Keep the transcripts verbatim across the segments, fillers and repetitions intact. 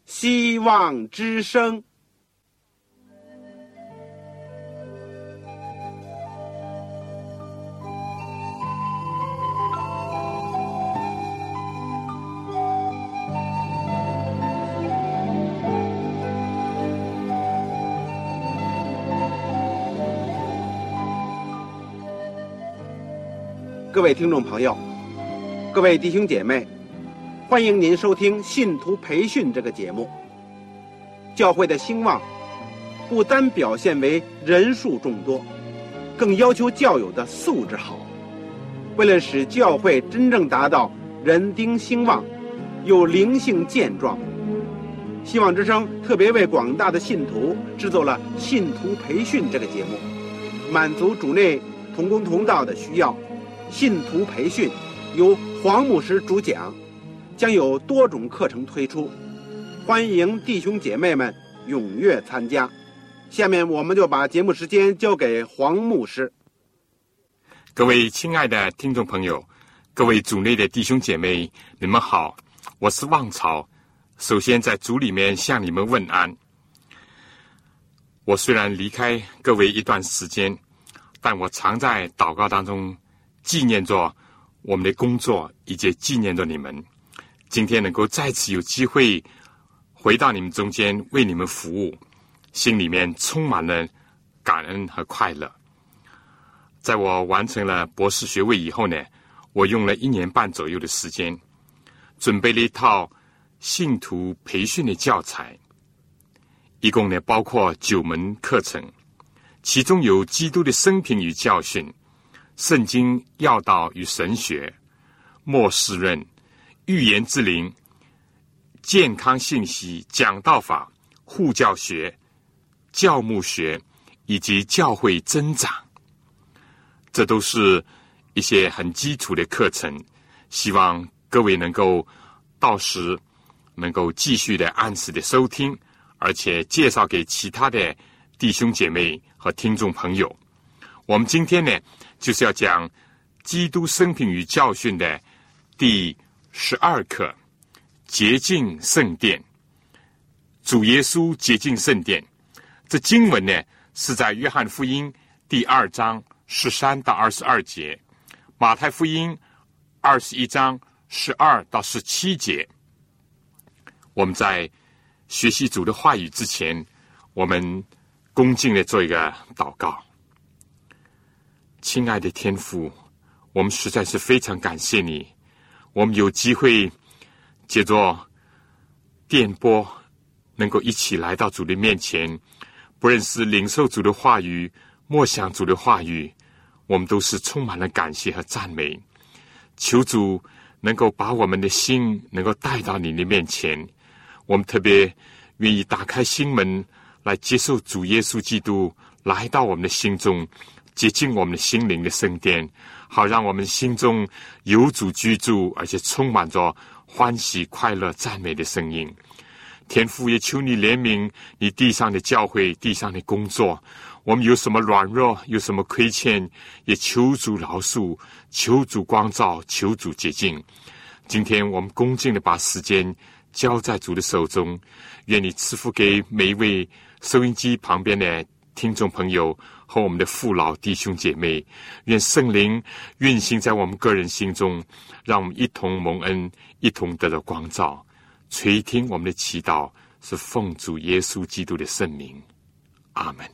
希望之声。各位听众朋友，各位弟兄姐妹，欢迎您收听信徒培训这个节目。教会的兴旺不单表现为人数众多，更要求教友的素质好。为了使教会真正达到人丁兴旺又灵性健壮，希望之声特别为广大的信徒制作了信徒培训这个节目，满足主内同工同道的需要。信徒培训由黄牧师主讲，将有多种课程推出，欢迎弟兄姐妹们踊跃参加。下面我们就把节目时间交给黄牧师。 各位亲爱的听众朋友，各位主内的弟兄姐妹，你们好，我是旺朝。首先在主里面向你们问安。我虽然离开各位一段时间，但我常在祷告当中纪念着我们的工作，以及纪念着你们。今天能够再次有机会回到你们中间为你们服务，心里面充满了感恩和快乐。在我完成了博士学位以后呢，我用了一年半左右的时间，准备了一套信徒培训的教材，一共呢包括九门课程，其中有基督的生平与教训、圣经要道与神学、末世论、预言之灵、健康信息、讲道法、护教学、教牧学以及教会增长。这都是一些很基础的课程，希望各位能够到时能够继续的按时的收听，而且介绍给其他的弟兄姐妹和听众朋友。我们今天呢就是要讲基督生平与教训的第十二课，洁净圣殿。主耶稣洁净圣殿，这经文呢是在约翰福音第二章十三到二十二节，马太福音二十一章十二到十七节。我们在学习主的话语之前，我们恭敬的做一个祷告。亲爱的天父，我们实在是非常感谢你，我们有机会借着电波能够一起来到主的面前，不论是领受主的话语、默想主的话语，我们都是充满了感谢和赞美。求主能够把我们的心能够带到你的面前，我们特别愿意打开心门来接受主耶稣基督来到我们的心中，洁净我们的心灵的圣殿，好让我们心中有主居住，而且充满着欢喜、快乐、赞美的声音。天父，也求你怜悯你地上的教会、地上的工作，我们有什么软弱，有什么亏欠，也求主饶恕，求主光照，求主洁净。今天我们恭敬的把时间交在主的手中，愿你赐福给每一位收音机旁边的听众朋友和我们的父老弟兄姐妹，愿圣灵运行在我们个人心中，让我们一同蒙恩，一同得到光照。垂听我们的祈祷，是奉主耶稣基督的圣名，阿们。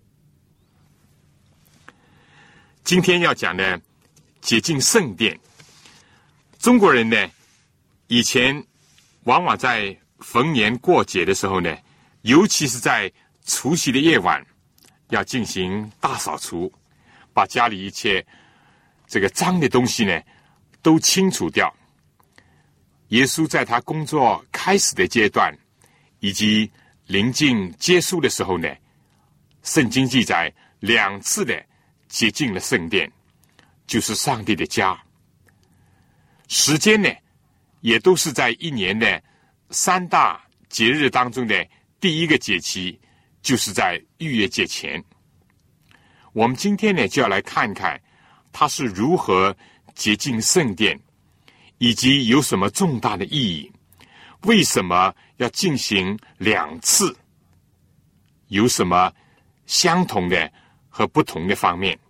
今天要讲的洁净圣殿，中国人呢以前往往在逢年过节的时候呢，尤其是在除夕的夜晚，要进行大扫除，把家里一切这个脏的东西呢都清除掉。耶稣在他工作开始的阶段以及临近结束的时候呢，圣经记载两次的洁净了圣殿，就是上帝的家。时间呢也都是在一年的三大节日当中的第一个节期，就是在逾越节前。我们今天呢就要来看看他是如何洁净圣殿，以及有什么重大的意义，为什么要进行两次，有什么相同的和不同的方面？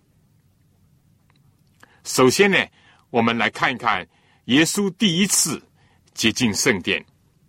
首先呢，我们来看一看耶稣第一次接近圣殿。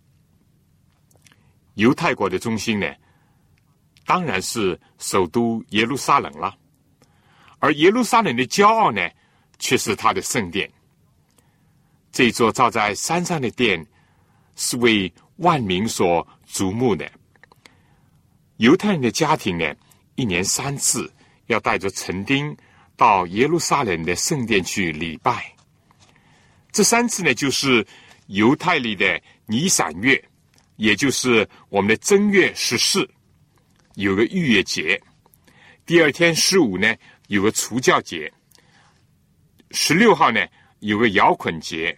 犹太国的中心呢，当然是首都耶路撒冷了，而耶路撒冷的骄傲呢，却是他的圣殿。这座造在山上的殿是为万民所瞩目的。犹太人的家庭呢，一年三次要带着陈丁到耶路撒冷的圣殿去礼拜。这三次呢，就是犹太里的尼散月，也就是我们的正月十四，有个逾越节；第二天十五呢，有个除酵节；十六号呢，有个摇捆节。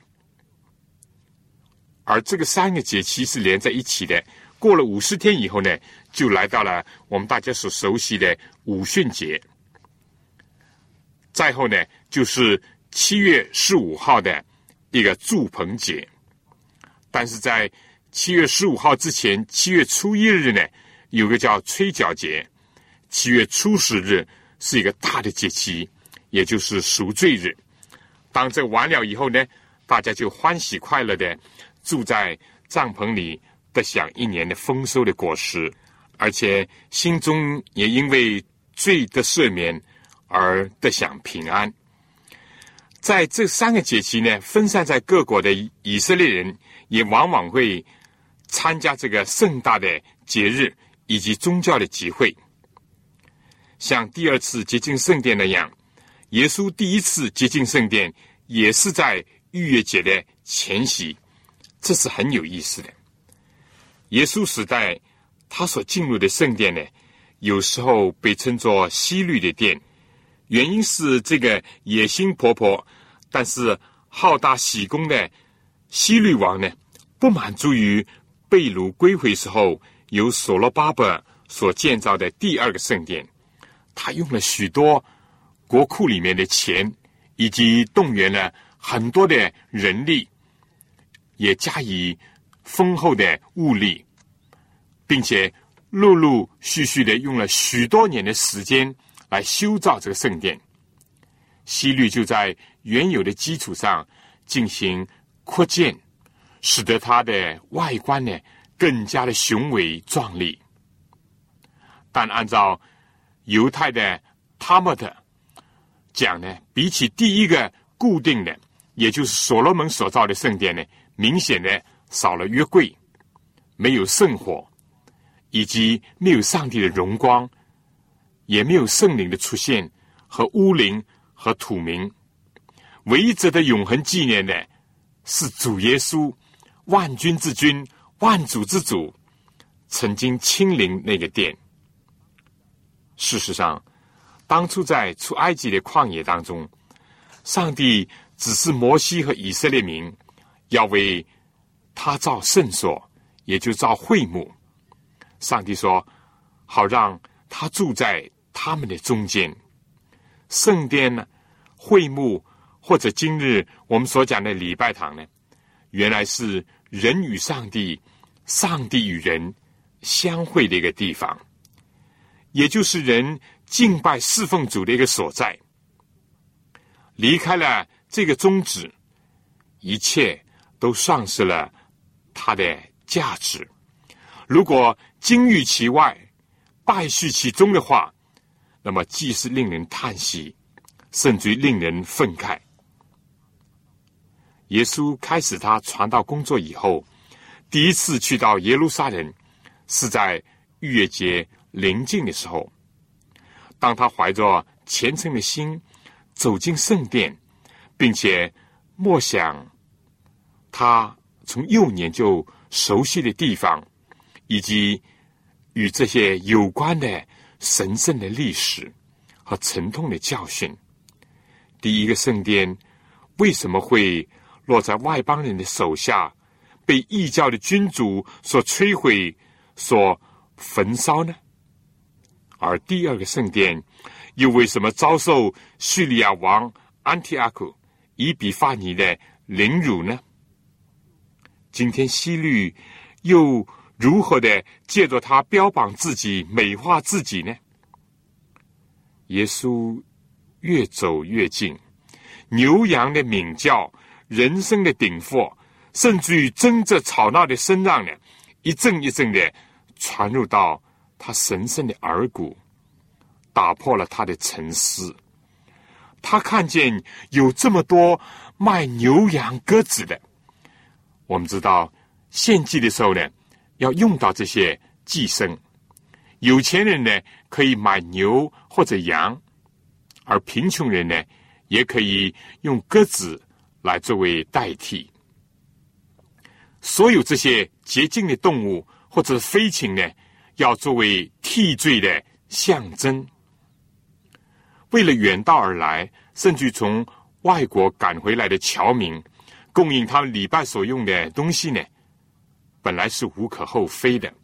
而这个三个节期是连在一起的。过了五十天以后呢，就来到了我们大家所熟悉的五旬节。再后呢，就是七月十五号的一个祝棚节。但是在七月十五号之前，七月初一日呢，有个叫吹角节；七月初十日是一个大的节期，也就是赎罪日。当这完了以后呢，大家就欢喜快乐的住在帐篷里，得享一年的丰收的果实，而且心中也因为罪的赦免而得享平安。在这三个节期呢，分散在各国的以色列人也往往会参加这个盛大的节日以及宗教的集会。像第二次接近圣殿那样，耶稣第一次接近圣殿也是在逾越节的前夕，这是很有意思的。耶稣时代他所进入的圣殿呢，有时候被称作希律的殿，原因是这个野心勃勃但是好大喜功的希律王呢，不满足于被掳归回时候由所罗巴伯所建造的第二个圣殿，他用了许多国库里面的钱，以及动员了很多的人力，也加以丰厚的物力，并且陆陆续续的用了许多年的时间来修造这个圣殿。希律就在原有的基础上进行扩建，使得它的外观呢更加的雄伟壮丽。但按照犹太的他们的讲呢，比起第一个固定的，也就是所罗门所造的圣殿呢，明显的少了约柜，没有圣火，以及没有上帝的荣光，也没有圣灵的出现和乌灵和土明。唯一值得永恒纪念的是主耶稣，万军之君，万主之主，曾经亲临那个殿。事实上，当初在出埃及的旷野当中，上帝指示摩西和以色列民要为他造圣所，也就造会幕。上帝说，好让他住在他们的中间。圣殿呢，会幕，或者今日我们所讲的礼拜堂呢，原来是人与上帝，上帝与人相会的一个地方，也就是人敬拜侍奉主的一个所在。离开了这个宗旨，一切都丧失了它的价值。如果金玉其外，败絮其中的话，那么既是令人叹息，甚至于令人愤慨。耶稣开始他传道工作以后，第一次去到耶路撒冷，是在逾越节临近的时候。当他怀着虔诚的心走进圣殿，并且默想他从幼年就熟悉的地方，以及与这些有关的神圣的历史和沉痛的教训。第一个圣殿为什么会落在外邦人的手下，被异教的君主所摧毁、所焚烧呢？而第二个圣殿又为什么遭受叙利亚王安提阿古以比法尼的凌辱呢？今天希律又如何的借着他标榜自己、美化自己呢？耶稣越走越近，牛羊的鸣叫、人声的鼎沸，甚至于争着吵闹的声浪呢，一阵一阵的传入到他神圣的耳骨，打破了他的沉思。他看见有这么多卖牛羊鸽子的。我们知道献祭的时候呢，要用到这些祭牲。有钱人呢可以买牛或者羊，而贫穷人呢也可以用鸽子来作为代替。所有这些洁净的动物或者飞禽呢，要作为替罪的象征。为了远道而来，甚至从外国赶回来的侨民，供应他们礼拜所用的东西呢，本来是无可厚非的。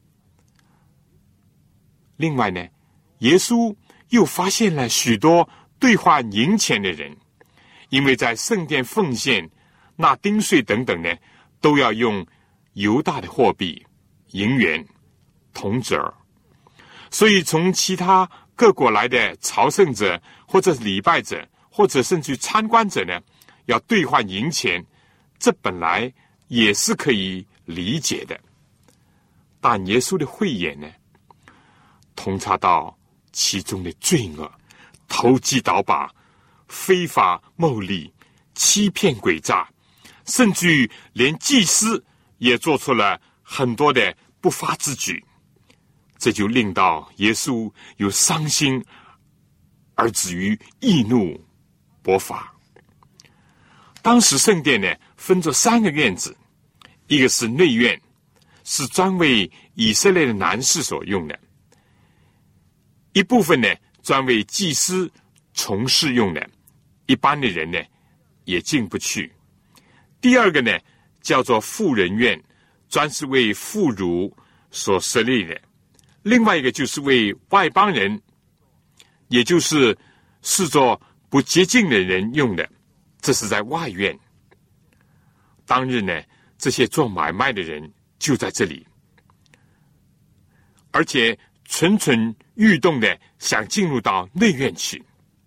另外呢，耶稣又发现了许多兑换银钱的人，因为在圣殿奉献、纳丁税等等呢，都要用犹大的货币、银元、铜子儿，所以从其他各国来的朝圣者，或者是礼拜者，或者甚至参观者呢，要兑换银钱，这本来也是可以理解的。但耶稣的慧眼呢，通察到其中的罪恶、投机倒把、非法牟利、欺骗诡诈，甚至于连祭司也做出了很多的不法之举。这就令到耶稣有伤心，而至于易怒勃发。当时圣殿呢分作三个院子，一个是内院，是专为以色列的男士所用的；一部分呢专为祭司从事用的，一般的人呢也进不去。第二个呢叫做妇人院，专是为妇孺所设立的。另外一个就是为外邦人，也就是视作不洁净的人用的，这是在外院。当日呢，这些做买卖的人就在这里，而且蠢蠢欲动的想进入到内院去。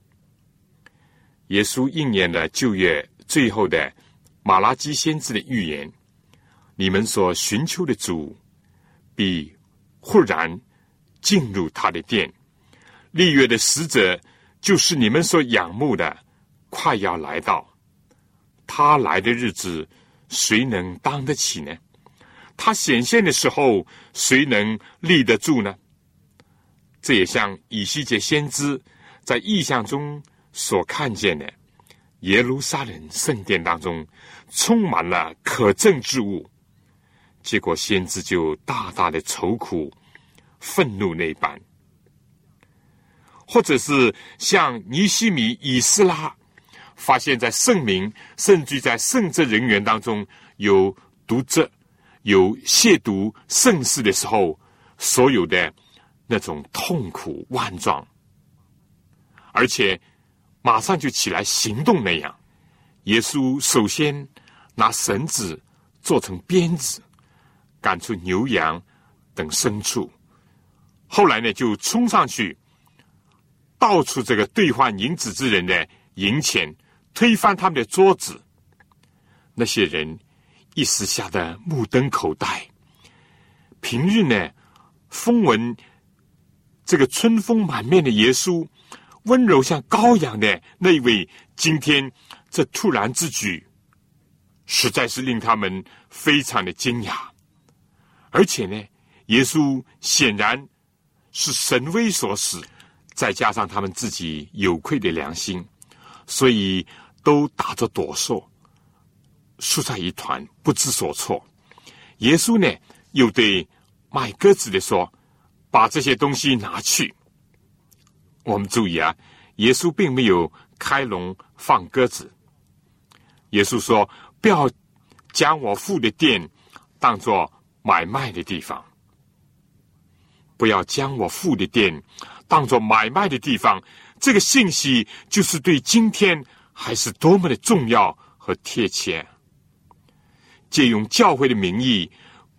耶稣应验了旧约最后的马拉基先知的预言：你们所寻求的主必忽然进入他的殿，立约的使者就是你们所仰慕的，快要来到。他来的日子，谁能当得起呢？他显现的时候，谁能立得住呢？这也像以西结先知在异象中所看见的，耶路撒冷圣殿当中充满了可憎之物，结果先知就大大的愁苦愤怒那般。或者是像尼希米、以斯拉发现在圣民甚至在圣职人员当中有渎职、有亵渎圣事的时候，所有的那种痛苦万状，而且马上就起来行动那样。耶稣首先拿绳子做成鞭子，赶出牛羊等牲畜，后来呢就冲上去盗出这个兑换银子之人的银钱，推翻他们的桌子。那些人一时吓得目瞪口呆。平日呢风闻这个春风满面的耶稣，温柔像羔羊的那一位，今天这突然之举实在是令他们非常的惊讶。而且呢，耶稣显然是神威所使，再加上他们自己有愧的良心，所以都打着哆嗦，缩在一团，不知所措。耶稣呢又对卖鸽子的说，把这些东西拿去。我们注意啊，耶稣并没有开笼放鸽子。耶稣说，不要将我父的殿当作买卖的地方，不要将我父的殿当作买卖的地方。这个信息就是对今天还是多么的重要和贴切。借用教会的名义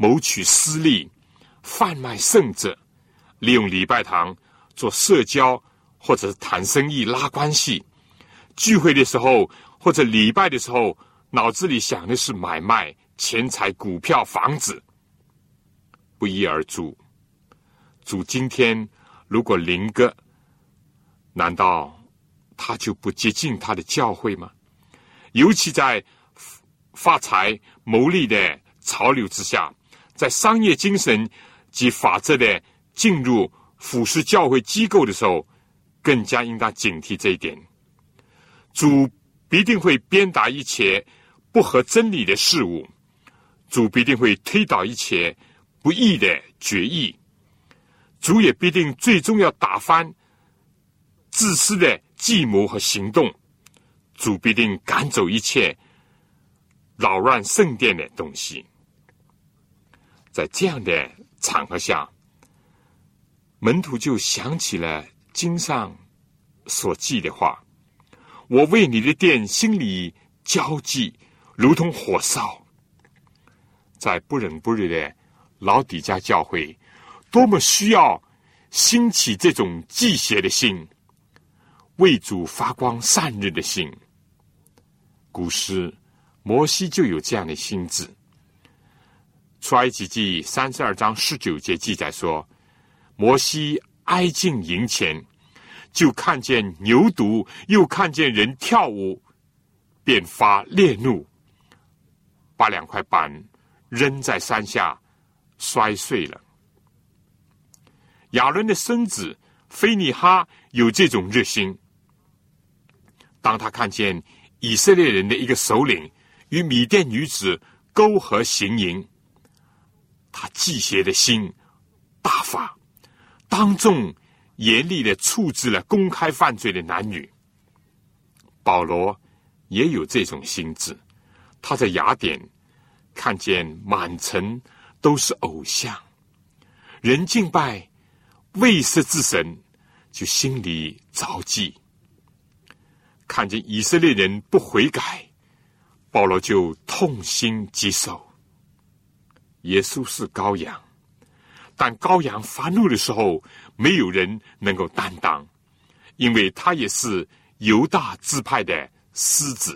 谋取私利、贩卖圣者，利用礼拜堂做社交或者是谈生意、拉关系。聚会的时候或者礼拜的时候，脑子里想的是买卖、钱财、股票、房子，不一而足。主今天如果临格，难道他就不接近他的教会吗？尤其在发财牟利的潮流之下，在商业精神及法则的进入腐蚀教会机构的时候，更加应当警惕这一点。主必定会鞭打一切不合真理的事物，主必定会推倒一切不义的决议，主也必定最终要打翻自私的计谋和行动，主必定赶走一切扰乱圣殿的东西。在这样的场合下，门徒就想起了经上所记的话：我为你的殿心里焦急，如同火烧。在不冷不热的老底嘉教会，多么需要兴起这种忌邪的心，为主发光散日的心。古时摩西就有这样的心志。出埃及记三十二章十九节记载说，摩西挨近营前，就看见牛犊，又看见人跳舞，便发烈怒，把两块板扔在山下，摔碎了。亚伦的孙子菲尼哈有这种热心，当他看见以色列人的一个首领与米甸女子勾合行淫，他忌邪的心大发，当众严厉地处置了公开犯罪的男女。保罗也有这种心志，他在雅典看见满城都是偶像，人敬拜未识之神，就心里着急。看见以色列人不悔改，保罗就痛心疾首。耶稣是羔羊，但羔羊发怒的时候，没有人能够担当，因为他也是犹大支派的狮子。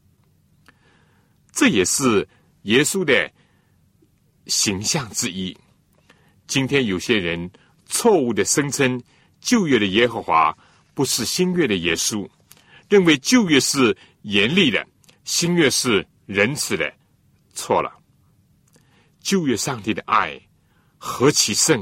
这也是耶稣的形象之一。今天有些人错误的声称旧约的耶和华不是新约的耶稣，认为旧约是严厉的，新约是仁慈的，错了。旧约上帝的爱何其甚，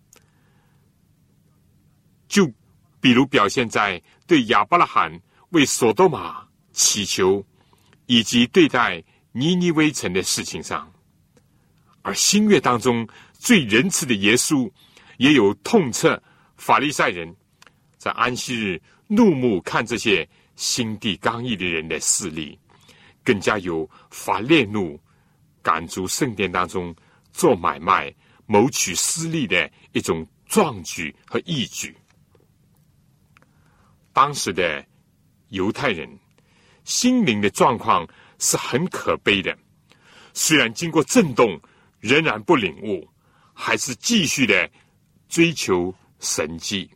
就比如表现在对亚伯拉罕为所多玛祈求，以及对待尼尼微城的事情上。而新约当中最仁慈的耶稣，也有痛斥法利赛人在安息日怒目看这些心地刚毅的人的势力，更加有发烈怒赶逐圣殿当中做买卖、谋取私利的一种壮举和义举。当时的犹太人心灵的状况是很可悲的，虽然经过震动，仍然不领悟，还是继续的追求神迹，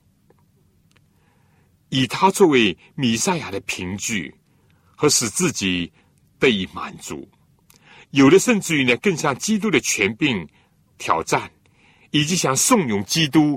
以他作为弥赛亚的凭据和使自己得以满足。有的甚至于呢，更向基督的权柄挑战，以及想怂恿基督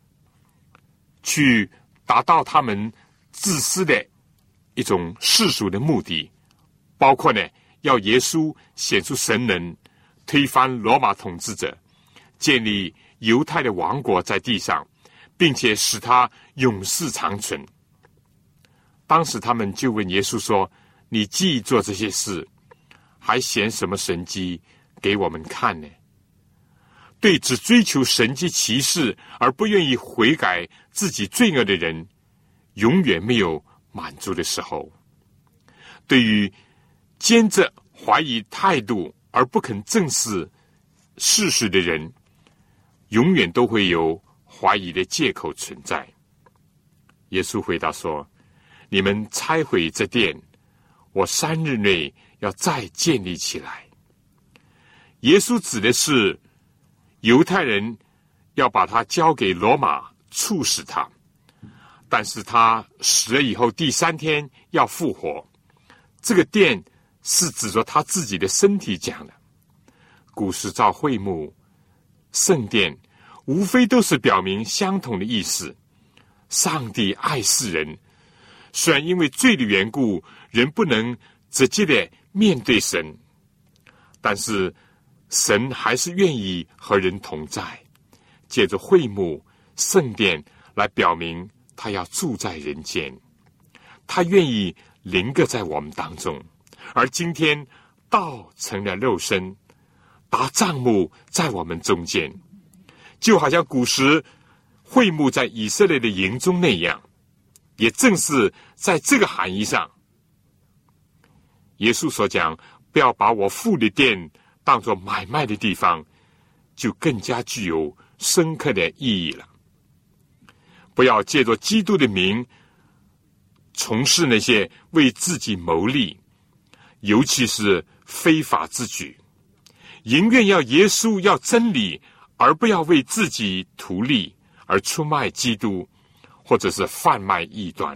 去达到他们自私的一种世俗的目的，包括呢，要耶稣显出神能，推翻罗马统治者，建立犹太的王国在地上，并且使他永世长存。当时他们就问耶稣说，你既做这些事，还显什么神迹给我们看呢？对只追求神迹奇事而不愿意悔改自己罪恶的人，永远没有满足的时候。对于坚着怀疑态度而不肯正视事实的人，永远都会有怀疑的借口存在。耶稣回答说，你们拆毁这殿，我三日内要再建立起来。耶稣指的是犹太人要把他交给罗马处死他，但是他死了以后第三天要复活。这个殿是指着他自己的身体讲的。古时造会幕、圣殿，无非都是表明相同的意思。上帝爱世人，虽然因为罪的缘故，人不能直接的面对神，但是神还是愿意和人同在，借着会幕、圣殿来表明他要住在人间，他愿意临格在我们当中。而今天道成了肉身，搭帐幕在我们中间，就好像古时会幕在以色列的营中那样。也正是在这个含义上，耶稣所讲不要把我父的殿当作买卖的地方，就更加具有深刻的意义了。不要借着基督的名从事那些为自己谋利，尤其是非法之举，宁愿要耶稣要真理，而不要为自己图利而出卖基督，或者是贩卖异端。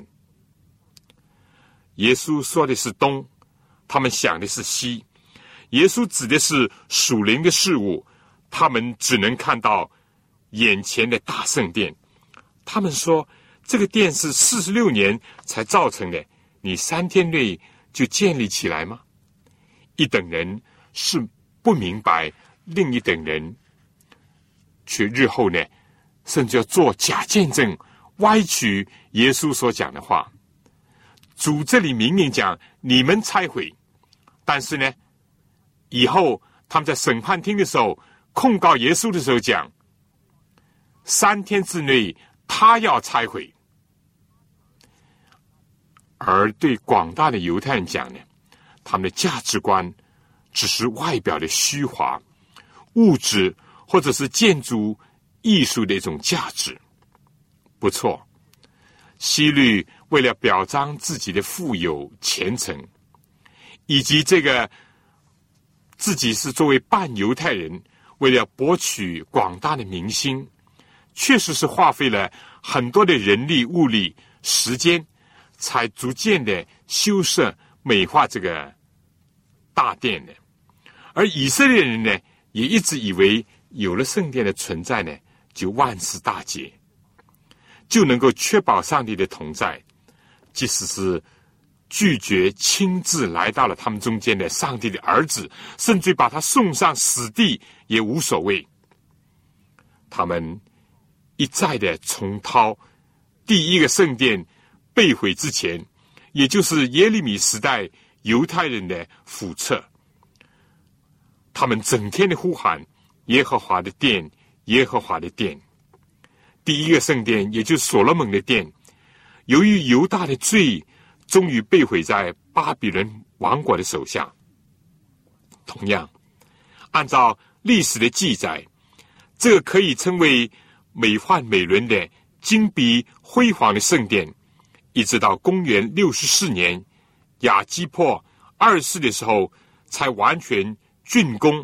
耶稣说的是东，他们想的是西。耶稣指的是属灵的事物，他们只能看到眼前的大圣殿。他们说这个殿是四十六年才造成的，你三天内就建立起来吗？一等人是不明白，另一等人却日后呢，甚至要做假见证，歪曲耶稣所讲的话。主这里明明讲你们拆毁，但是呢，以后他们在审判厅的时候控告耶稣的时候讲，三天之内他要拆毁。而对广大的犹太人讲呢，他们的价值观只是外表的虚华、物质或者是建筑艺术的一种价值。不错，希律为了表彰自己的富有虔诚，以及这个自己是作为半犹太人，为了博取广大的民心，确实是花费了很多的人力、物力、时间，才逐渐的修设美化这个大殿的。而以色列人呢，也一直以为有了圣殿的存在呢，就万事大吉，就能够确保上帝的同在。即使是拒绝亲自来到了他们中间的上帝的儿子，甚至把他送上死地也无所谓。他们一再的重蹈第一个圣殿被毁之前，也就是耶利米时代犹太人的覆辙。他们整天的呼喊耶和华的殿，耶和华的殿。第一个圣殿，也就是所罗门的殿，由于犹大的罪，终于被毁在巴比伦王国的手下。同样，按照历史的记载，这个可以称为美奂美轮的金碧辉煌的圣殿，一直到公元六十四年亚基破二世的时候才完全竣工。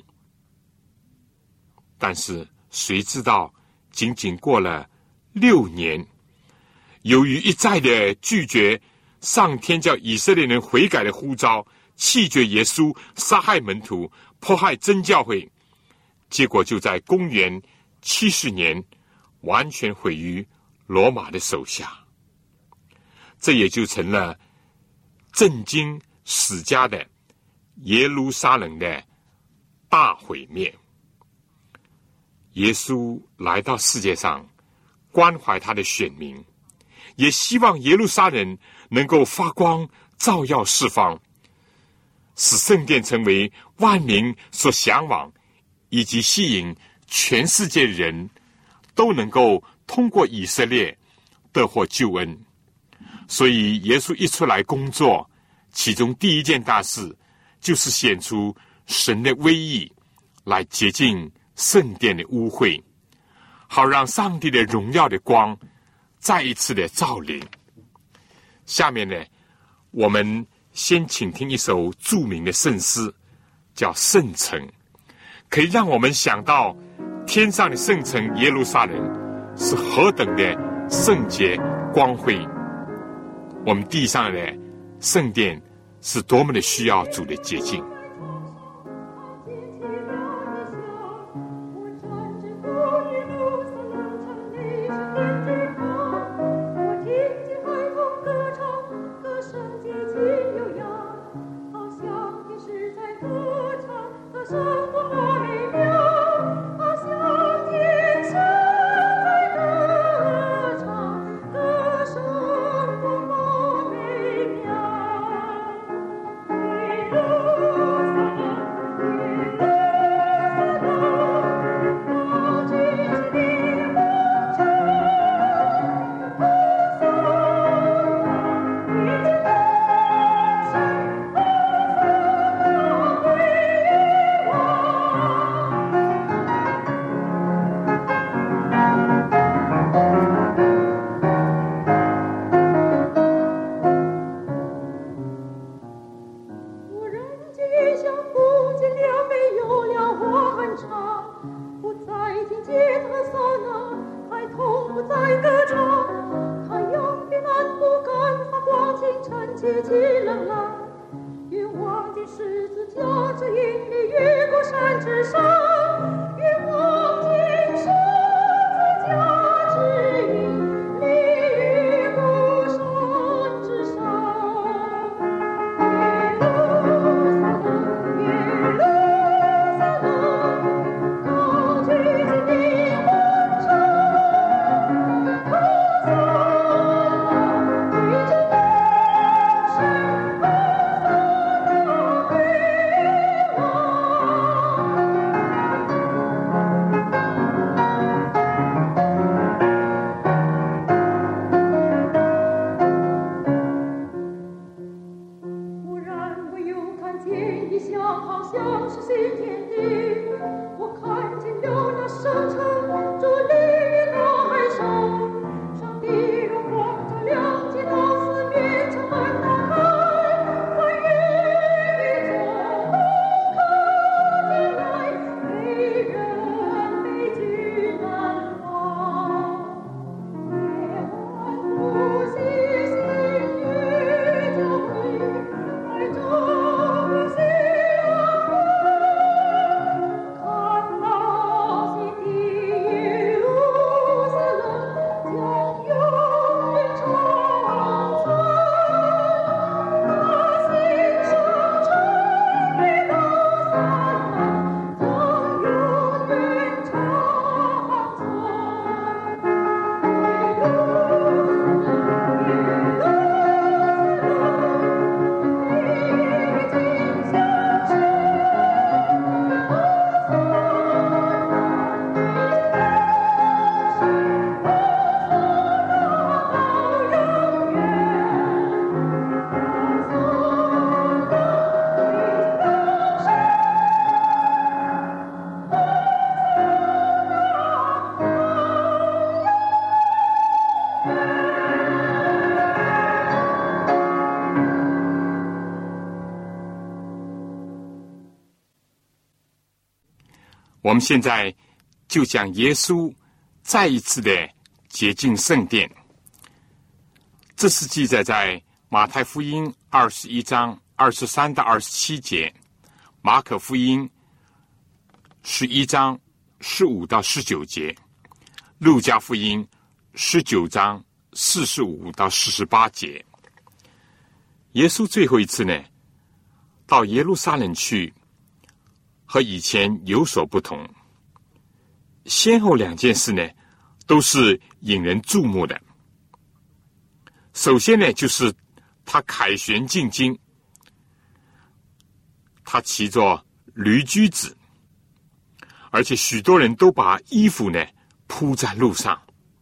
但是谁知道仅仅过了六年，由于一再的拒绝上天叫以色列人悔改的呼召，弃绝耶稣，杀害门徒，迫害真教会，结果就在公元七十年完全毁于罗马的手下。这也就成了震惊史家的耶路撒冷的大毁灭。耶稣来到世界上，关怀他的选民，也希望耶路撒冷能够发光，照耀四方，使圣殿成为万民所向往，以及吸引全世界人都能够通过以色列得获救恩。所以耶稣一出来工作，其中第一件大事就是显出神的威义，来洁净圣殿的污秽，好让上帝的荣耀的光再一次的照临。下面呢，我们先请听一首著名的圣诗，叫《圣城》，可以让我们想到天上的圣城耶路撒冷是何等的圣洁光辉，我们地上的圣殿是多么的需要主的洁净。我们现在就讲耶稣再一次的洁净圣殿，这是记载在马太福音二十一章二十三到二十七节，马可福音十一章十五到十九节，路加福音十九章四十五到四十八节。耶稣最后一次呢，到耶路撒冷去，和以前有所不同。先后两件事呢，都是引人注目的。首先呢，就是他凯旋进京，他骑着驴驹子，而且许多人都把衣服呢铺在路上，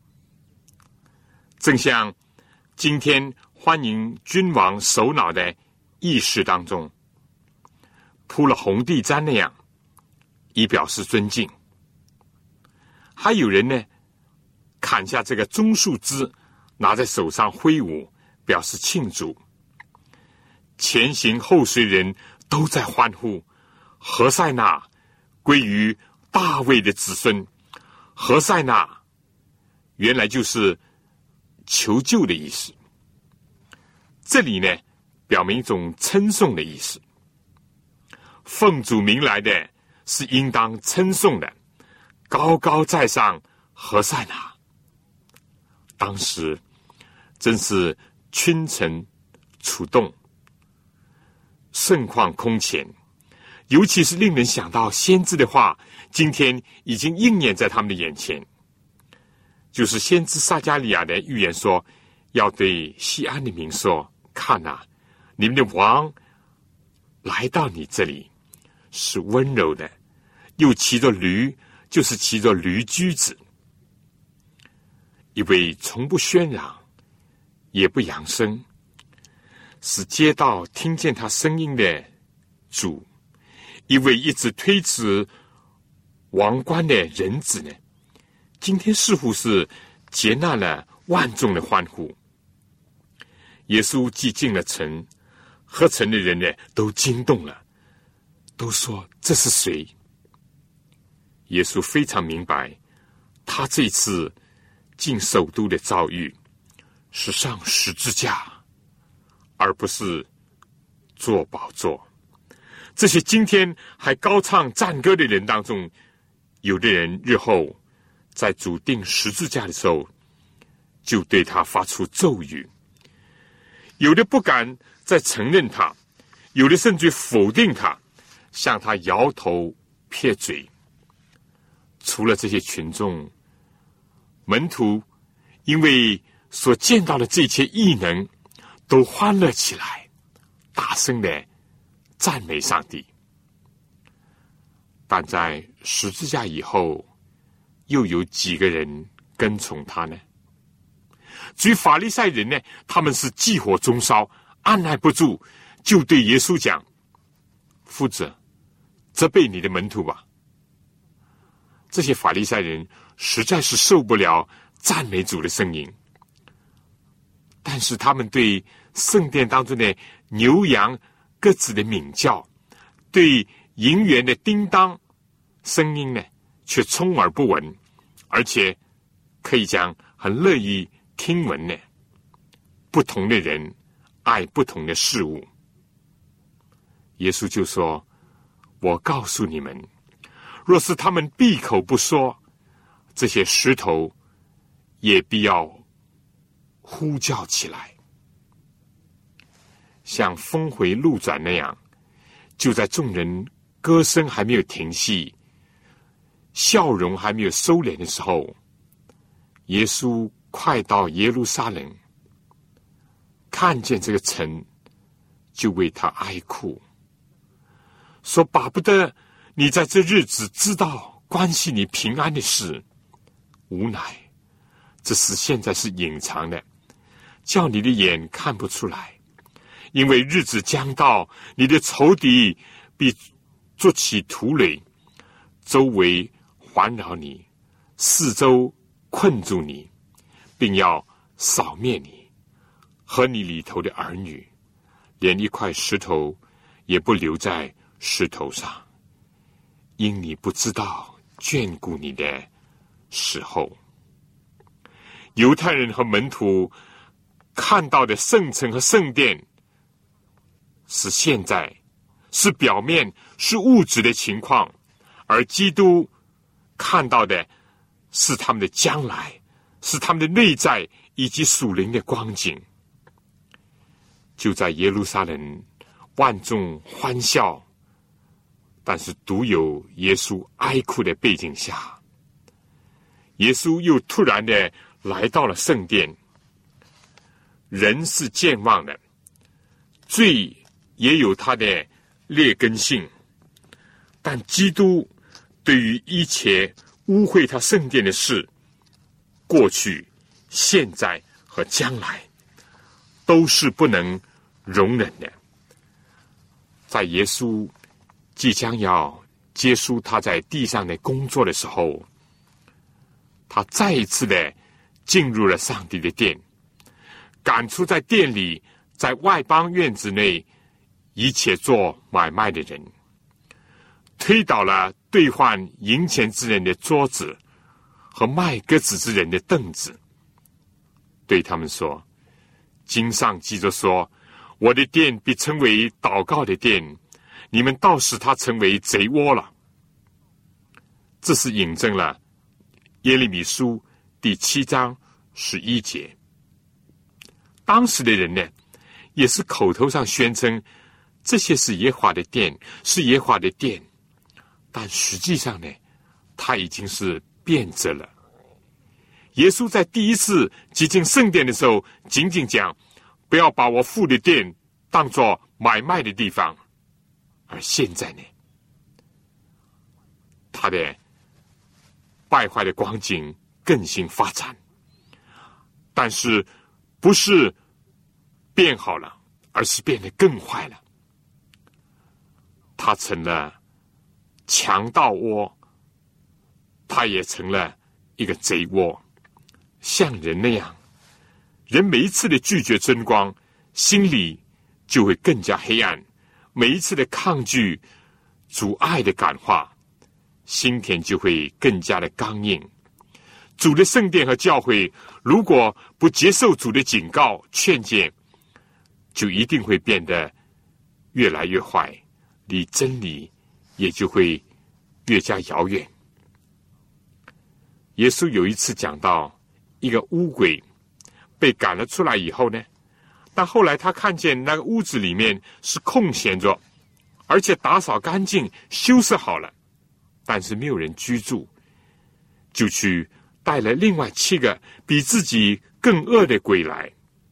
正像今天欢迎君王首脑的仪式当中铺了红地毡那样，以表示尊敬。还有人呢，砍下这个棕树枝，拿在手上挥舞，表示庆祝。前行后随人都在欢呼，何塞纳归于大卫的子孙， 何塞纳原来就是求救的意思，这里呢表明一种称颂的意思。奉主名来的是应当称颂的，高高在上何塞纳。当时真是群臣出动，盛况空前，尤其是令人想到先知的话，今天已经应验在他们的眼前。就是先知撒迦利亚的预言说，要对西安的民说，看啊，你们的王来到你这里，是温柔的，又骑着驴，就是骑着驴驹子，一位从不喧嚷也不扬声，使街道听见他声音的主，一位一直推辞王冠的人子呢，今天似乎是接纳了万众的欢呼。耶稣既进了城，合城的人呢都惊动了，都说这是谁？耶稣非常明白，他这次进首都的遭遇是上十字架，而不是坐宝座。这些今天还高唱赞歌的人当中，有的人日后在主钉十字架的时候，就对他发出咒语，有的不敢再承认他，有的甚至否定他，向他摇头撇嘴。除了这些群众，门徒因为所见到的这一切异能，都欢乐起来，大声的赞美上帝。但在十字架以后，又有几个人跟从他呢？至于法利赛人呢，他们是忌火中烧，按耐不住，就对耶稣讲：夫子，责备你的门徒吧。这些法利赛人实在是受不了赞美主的声音，但是他们对圣殿当中的牛羊鸽子的鸣叫，对银元的叮当声音呢，却充耳不闻，而且可以讲很乐意听闻呢。不同的人爱不同的事物。耶稣就说：我告诉你们，若是他们闭口不说，这些石头也必要呼叫起来。像峰回路转那样，就在众人歌声还没有停息，笑容还没有收敛的时候，耶稣快到耶路撒冷，看见这个城，就为他哀哭，说巴不得你在这日子知道关系你平安的事，无奈这事现在是隐藏的，叫你的眼看不出来。因为日子将到，你的仇敌必筑起土垒，周围环绕你，四周困住你，并要扫灭你和你里头的儿女，连一块石头也不留在石头上，因你不知道眷顾你的时候。犹太人和门徒看到的圣城和圣殿是现在，是表面，是物质的情况，而基督看到的是他们的将来，是他们的内在以及属灵的光景。就在耶路撒冷万众欢笑，但是独有耶稣哀哭的背景下，耶稣又突然的来到了圣殿。人是健忘的，罪也有他的劣根性，但基督对于一切污秽他圣殿的事，过去、现在和将来，都是不能容忍的。在耶稣即将要结束他在地上的工作的时候，他再一次的进入了上帝的殿，赶出在殿里、在外邦院子内一切做买卖的人，推倒了兑换银钱之人的桌子和卖鸽子之人的凳子，对他们说：经上记着说，我的殿必称为祷告的殿，你们倒使它成为贼窝了。这是引证了耶利米书第七章十一节。当时的人呢，也是口头上宣称这些是耶和华的殿，是耶和华的殿，但实际上呢，他已经是变质了。耶稣在第一次接近圣殿的时候，仅仅讲不要把我父的殿当作买卖的地方，而现在呢，他的败坏的光景更新发展，但是不是变好了，而是变得更坏了。他成了强盗窝，他也成了一个贼窝。像人那样，人每一次的拒绝真光，心里就会更加黑暗；每一次的抗拒主爱的感化，心田就会更加的刚硬。主的圣殿和教会如果不接受主的警告劝诫，就一定会变得越来越坏，离真理也就会越加遥远。耶稣有一次讲到一个污鬼被赶了出来以后呢，但后来他看见那个屋子里面是空闲着，而且打扫干净修饰好了，但是没有人居住，就去带了另外七个比自己更恶的鬼来，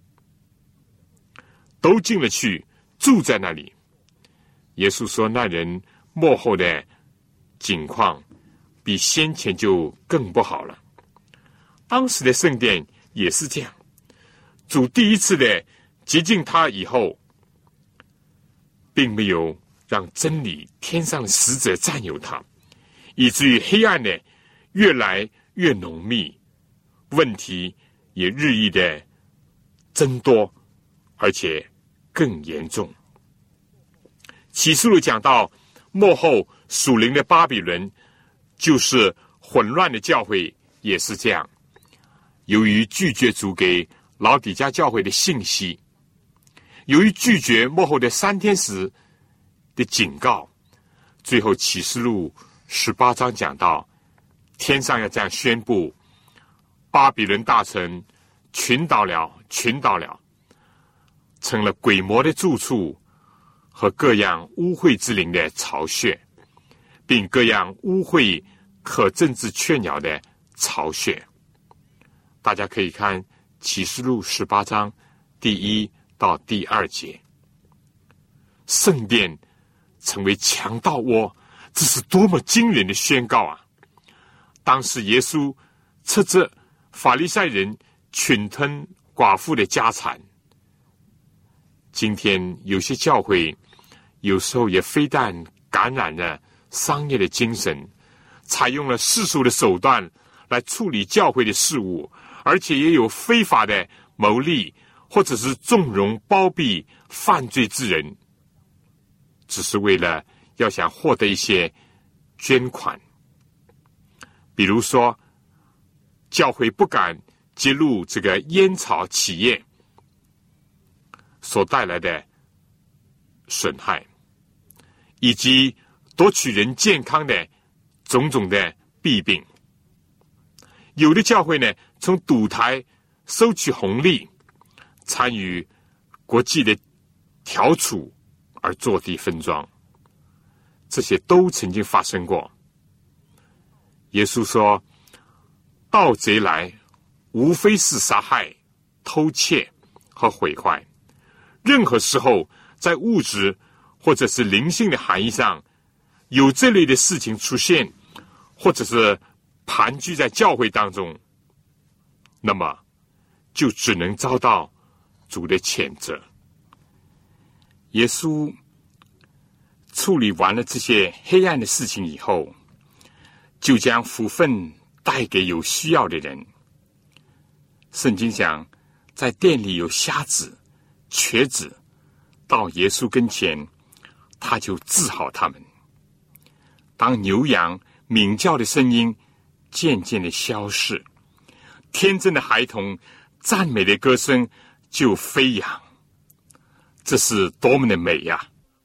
都进了去住在那里。耶稣说那人末后的景况比先前就更不好了。当时的圣殿也是这样，主第一次的接近他以后，并没有让真理天上的使者占有他，以至于黑暗的越来越浓密，问题也日益的增多，而且更严重。启示录讲到末后属灵的巴比伦，就是混乱的教会，也是这样。由于拒绝主给老底嘉教会的信息，由于拒绝末后的三天使的警告，最后启示录十八章讲到，天上要这样宣布：巴比伦大城群倒了，群倒了，成了鬼魔的住处和各样污秽之灵的巢穴，并各样污秽可政治雀鸟的巢穴。大家可以看启示录十八章第一到第二节。圣殿成为强盗窝，这是多么惊人的宣告啊！当时耶稣斥责法利赛人群吞寡妇的家产。今天有些教会有时候也非但感染了商业的精神，采用了世俗的手段来处理教会的事务，而且也有非法的牟利，或者是纵容包庇犯罪之人，只是为了要想获得一些捐款。比如说，教会不敢揭露这个烟草企业所带来的损害，以及夺取人健康的种种的弊病。有的教会呢，从赌台收取红利，参与国际的调处而坐地分庄，这些都曾经发生过。耶稣说，盗贼来无非是杀害、偷窃和毁坏。任何时候在物质或者是灵性的含义上有这类的事情出现，或者是盘踞在教会当中，那么就只能遭到主的谴责。耶稣处理完了这些黑暗的事情以后，就将福分带给有需要的人。圣经讲，在店里有瞎子、瘸子，到耶稣跟前，他就治好他们。当牛羊鸣叫的声音渐渐的消逝，天真的孩童赞美的歌声就飞扬。这是多么的美呀！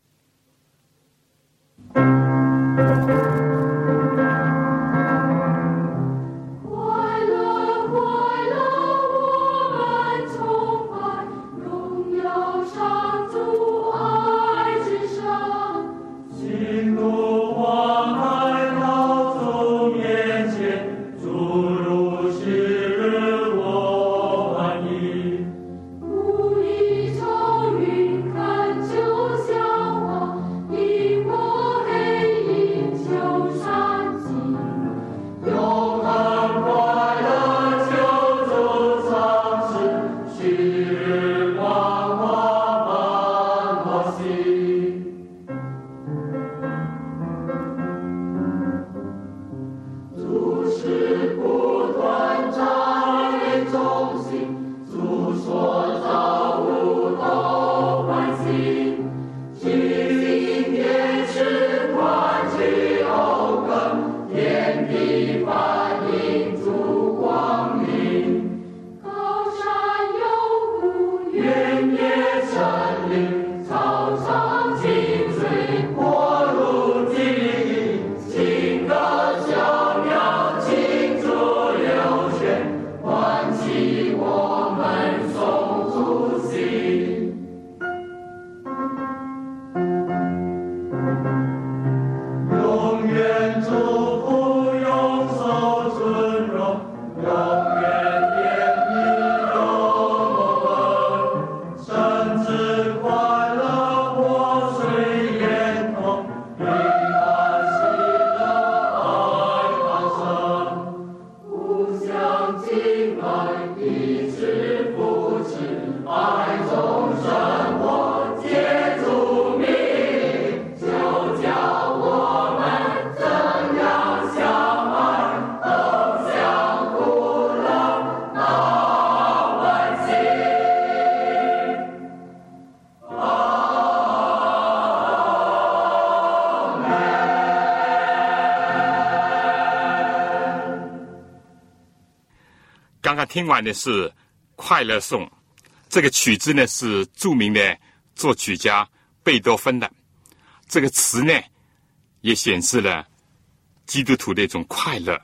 刚刚听完的是《快乐颂》，这个曲子呢是著名的作曲家贝多芬的。这个词呢也显示了基督徒的一种快乐。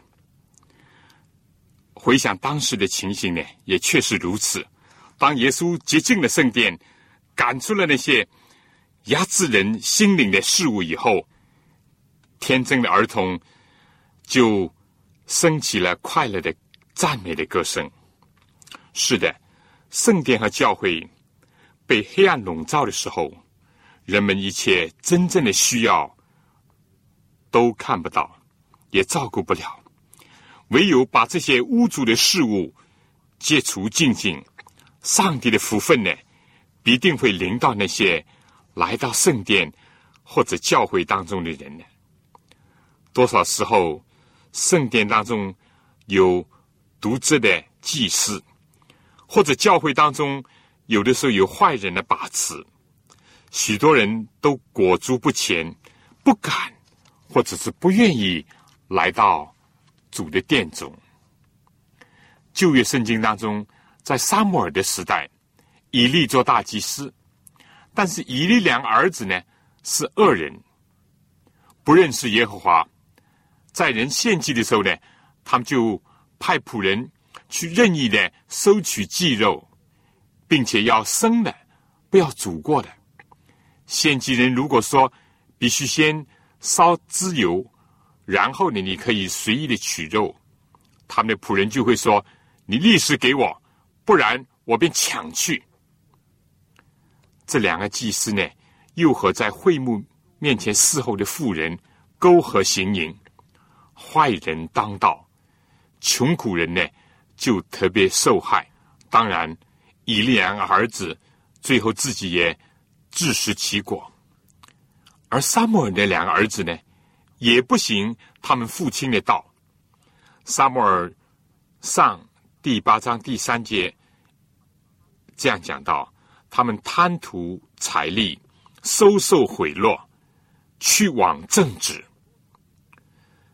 回想当时的情形呢，也确实如此。当耶稣洁净了圣殿，赶出了那些压制人心灵的事物以后，天真的儿童就升起了快乐的赞美的歌声。是的，圣殿和教会被黑暗笼罩的时候，人们一切真正的需要都看不到，也照顾不了。唯有把这些污浊的事物解除净尽，上帝的福分呢，必定会临到那些来到圣殿或者教会当中的人呢。多少时候，圣殿当中有独自的祭司，或者教会当中有的时候有坏人的把持，许多人都裹足不前，不敢或者是不愿意来到主的殿中。旧约圣经当中，在撒母耳的时代，以利做大祭司，但是以利两个儿子呢是恶人，不认识耶和华，在人献祭的时候呢，他们就派仆人去任意的收取祭肉，并且要生的，不要煮过的。献祭人如果说必须先烧脂油，然后呢你可以随意的取肉，他们的仆人就会说，你立时给我，不然我便抢去。这两个祭司呢，又和在会幕面前侍候的妇人勾合行淫，坏人当道，穷苦人呢就特别受害。当然以利两个儿子最后自己也自食其果，而撒母耳的两个儿子呢也不行他们父亲的道。撒母耳上第八章第三节这样讲到，他们贪图财力，收受贿赂，去往正直。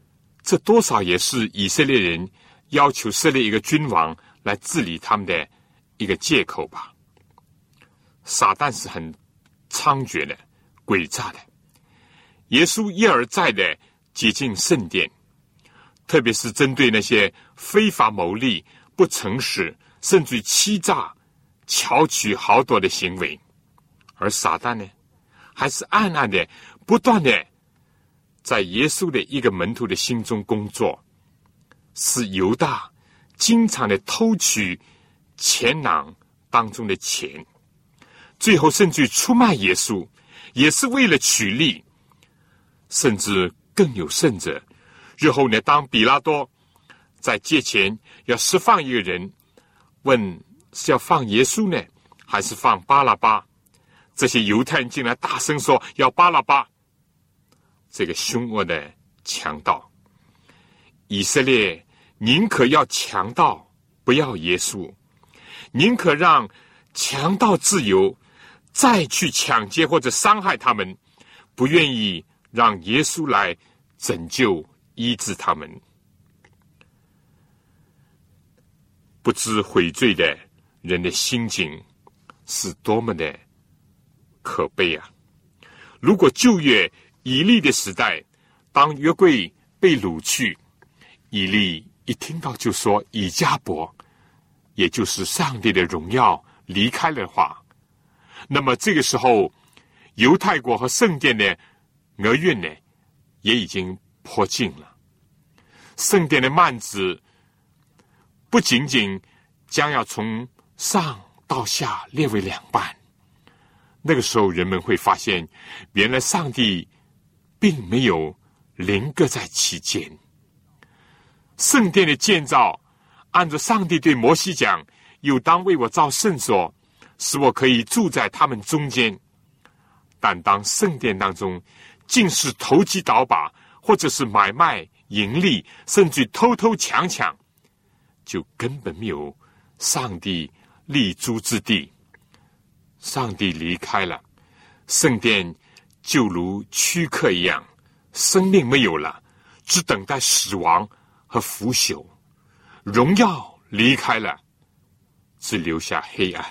这多少也是以色列人要求设立一个君王来治理他们的一个借口吧。撒旦是很猖獗的、诡诈的。耶稣一而再的接近圣殿，特别是针对那些非法牟利、不诚实，甚至于欺诈、巧取豪夺的行为。而撒旦呢，还是暗暗的、不断的在耶稣的一个门徒的心中工作，使犹大经常的偷取钱囊当中的钱，最后甚至于出卖耶稣，也是为了取利。甚至更有甚者，日后呢，当比拉多在借钱要释放一个人，问是要放耶稣呢，还是放巴拉巴？这些犹太人竟然大声说要巴拉巴。这个凶恶的强盗，以色列宁可要强盗，不要耶稣；宁可让强盗自由，再去抢劫或者伤害他们，不愿意让耶稣来拯救医治他们。不知悔罪的人的心境是多么的可悲啊！如果旧约以利的时代，当约柜被掳去，以利一听到就说以迦伯，也就是上帝的荣耀离开了的话，那么这个时候犹太国和圣殿的厄运呢，也已经迫近了。圣殿的幔子不仅仅将要从上到下裂为两半，那个时候人们会发现，原来上帝并没有临搁在其间。圣殿的建造，按照上帝对摩西讲，又当为我造圣所，使我可以住在他们中间。但当圣殿当中竟是投机倒把，或者是买卖盈利，甚至偷偷抢抢，就根本没有上帝立足之地。上帝离开了，圣殿就如躯壳一样，生命没有了，只等待死亡和腐朽。荣耀离开了，只留下黑暗。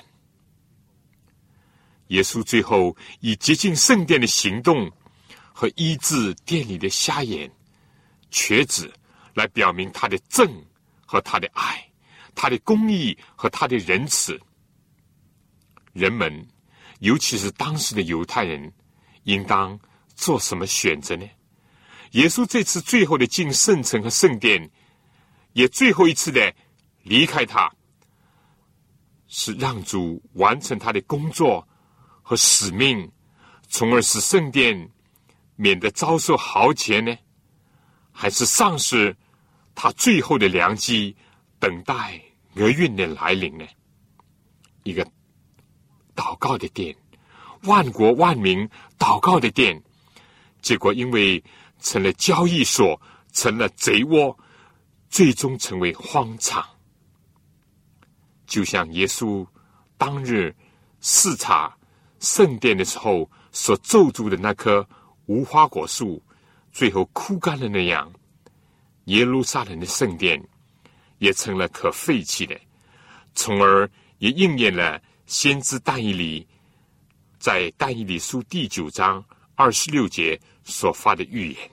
耶稣最后以接近圣殿的行动和医治殿里的瞎眼、瘸子，来表明他的正和他的爱，他的公义和他的仁慈。人们，尤其是当时的犹太人，应当做什么选择呢？耶稣这次最后的进圣城和圣殿，也最后一次的离开他，是让主完成他的工作和使命，从而使圣殿免得遭受豪劫呢？还是丧失他最后的良机，等待厄运的来临呢？一个祷告的殿，万国万民祷告的殿，结果因为成了交易所，成了贼窝，最终成为荒场。就像耶稣当日视察圣殿的时候所咒诅的那棵无花果树，最后枯干了那样，耶路撒冷的圣殿也成了可废弃的，从而也应验了先知但以理在但以理书第九章二十六节所发的预言。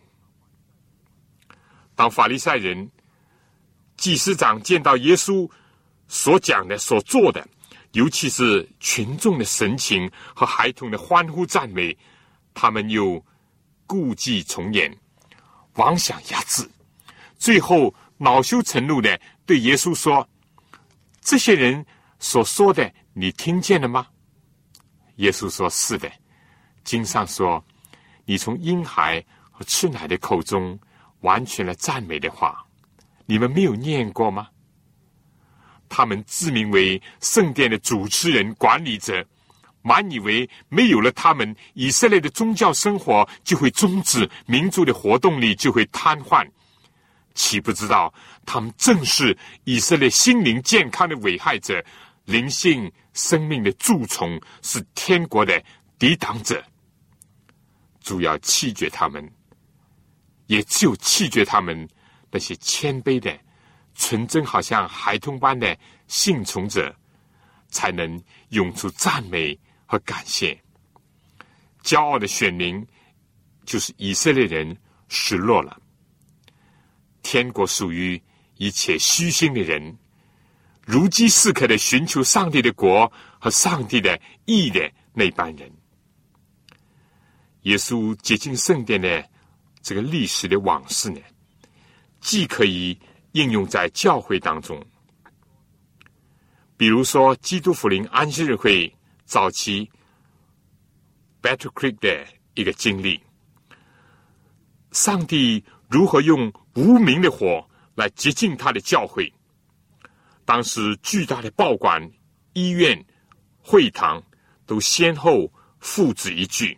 当法利赛人、祭司长见到耶稣所讲的、所做的，尤其是群众的神情和孩童的欢呼赞美，他们又故伎重演，妄想压制，最后恼羞成怒的对耶稣说：这些人所说的你听见了吗？耶稣说：是的。经上说，你从婴孩和吃奶的口中完全了赞美的话，你们没有念过吗？他们自名为圣殿的主持人、管理者，满以为没有了他们，以色列的宗教生活就会终止，民族的活动力就会瘫痪。岂不知道他们正是以色列心灵健康的危害者，灵性生命的蛀虫，是天国的抵挡者。主要弃绝他们，也只有弃绝他们， 那些谦卑的、纯真好像孩童般的信从者，才能涌出赞美和感谢。骄傲的选民就是以色列人失落了。天国属于一切虚心的人，如饥似渴的寻求上帝的国和上帝的义的那班人。耶稣接近圣殿的这个历史的往事呢，既可以应用在教会当中，比如说基督福临安息日会早期 Battle Creek 的一个经历，上帝如何用无名的火来洁净他的教会。当时巨大的报馆、医院、会堂都先后付之一炬。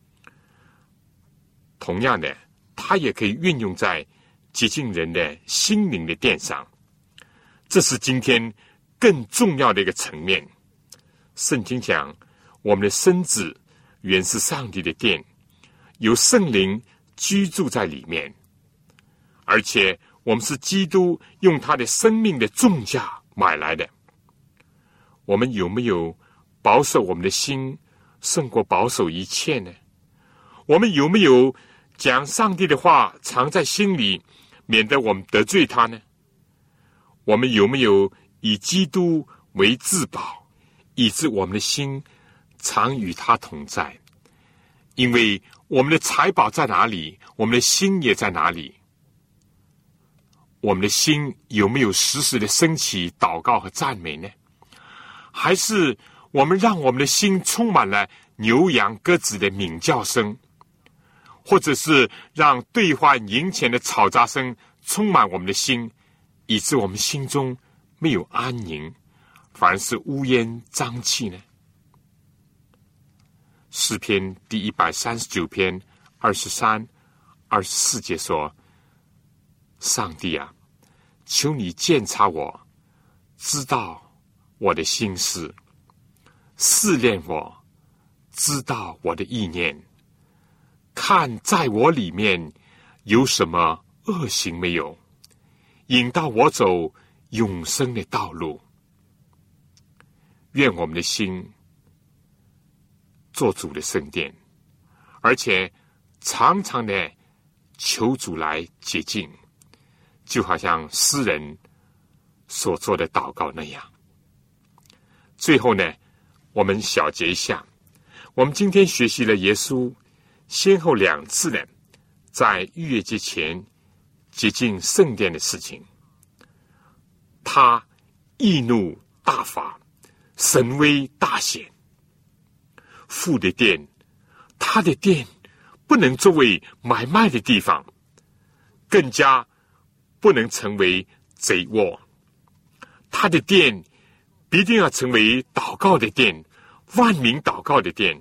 同样的，它也可以运用在洁净人的心灵的殿上，这是今天更重要的一个层面。圣经讲，我们的身子原是上帝的殿，有圣灵居住在里面，而且我们是基督用他的生命的重价买来的。我们有没有保守我们的心胜过保守一切呢？我们有没有将上帝的话藏在心里，免得我们得罪他呢？我们有没有以基督为至宝，以致我们的心常与他同在？因为我们的财宝在哪里，我们的心也在哪里。我们的心有没有时时的升起祷告和赞美呢？还是我们让我们的心充满了牛羊鸽子的鸣叫声，或者是让兑换银钱的吵杂声充满我们的心，以致我们心中没有安宁，反而是乌烟瘴气呢？诗篇第一百三十九篇二十三、二十四节说：上帝啊，求你鉴察我，知道我的心思，试炼我，知道我的意念，看在我里面有什么恶行没有，引导我走永生的道路。愿我们的心做主的圣殿，而且常常的求主来洁净，就好像诗人所做的祷告那样。最后呢，我们小结一下，我们今天学习了耶稣先后两次的在逾越节前洁净圣殿的事情。他易怒大发，神威大显。父的殿，他的殿不能作为买卖的地方，更加不能成为贼窝。他的殿必定要成为祷告的殿，万民祷告的殿。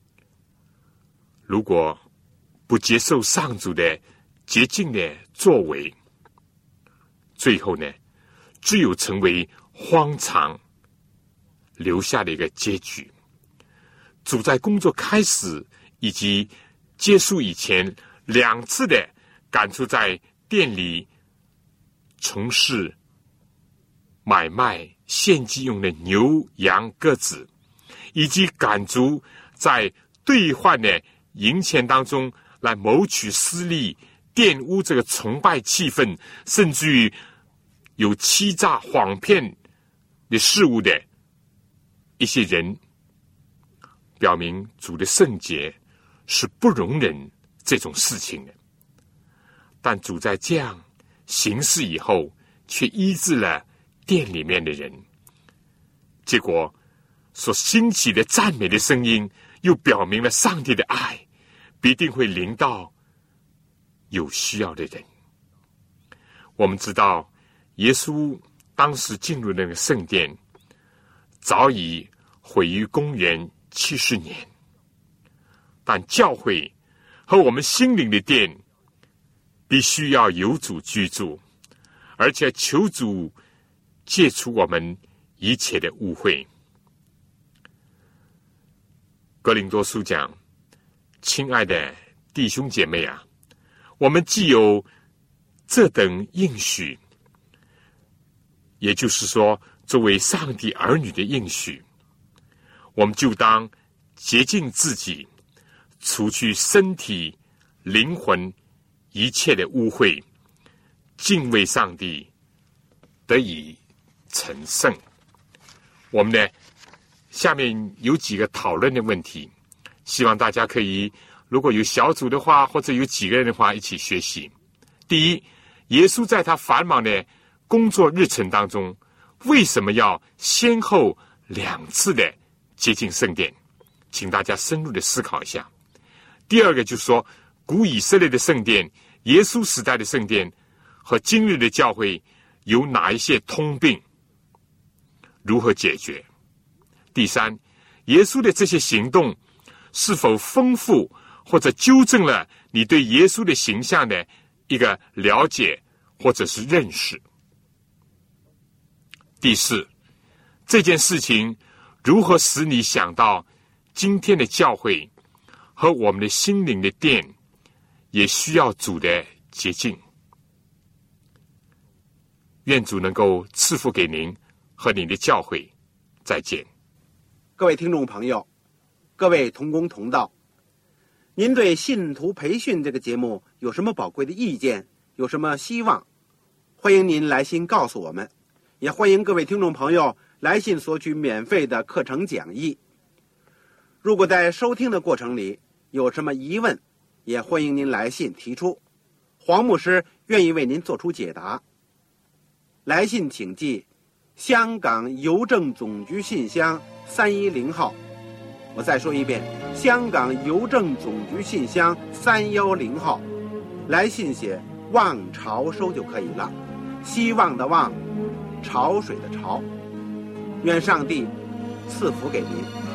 如果不接受上主的洁净的作为，最后呢，只有成为荒场留下的一个结局。主在工作开始以及结束以前两次的赶出在店里从事买卖献祭用的牛羊鸽子，以及赶逐在兑换的银钱当中来谋取私利，玷污这个崇拜气氛，甚至于有欺诈谎骗的事物的一些人，表明主的圣洁是不容忍这种事情的。但主在这样行事以后，却医治了殿里面的人，结果所兴起的赞美的声音，又表明了上帝的爱必定会临到有需要的人。我们知道耶稣当时进入那个圣殿早已毁于公元七十年，但教会和我们心灵的殿必须要有主居住，而且求主戒除我们一切的污秽。哥林多书讲，亲爱的弟兄姐妹啊，我们既有这等应许，也就是说，作为上帝儿女的应许，我们就当洁净自己，除去身体、灵魂一切的污秽，敬畏上帝，得以成圣。我们呢，下面有几个讨论的问题，希望大家可以，如果有小组的话，或者有几个人的话，一起学习。第一，耶稣在他繁忙的工作日程当中，为什么要先后两次的接近圣殿？请大家深入的思考一下。第二个就是说，古以色列的圣殿、耶稣时代的圣殿和今日的教会有哪一些通病？如何解决？第三，耶稣的这些行动是否丰富或者纠正了你对耶稣的形象的一个了解或者是认识？第四，这件事情如何使你想到今天的教会和我们的心灵的殿也需要主的洁净？愿主能够赐福给您和你的教会。再见。 各位听众朋友，各位同工同道，您对信徒培训这个节目有什么宝贵的意见，有什么希望，欢迎您来信告诉我们，也欢迎各位听众朋友来信索取免费的课程讲义。如果在收听的过程里有什么疑问，也欢迎您来信提出，黄牧师愿意为您做出解答。来信请寄香港邮政总局信箱三一零号，我再说一遍，香港邮政总局信箱三幺零号。来信写望潮收就可以了，希望的望，潮水的潮。愿上帝赐福给您。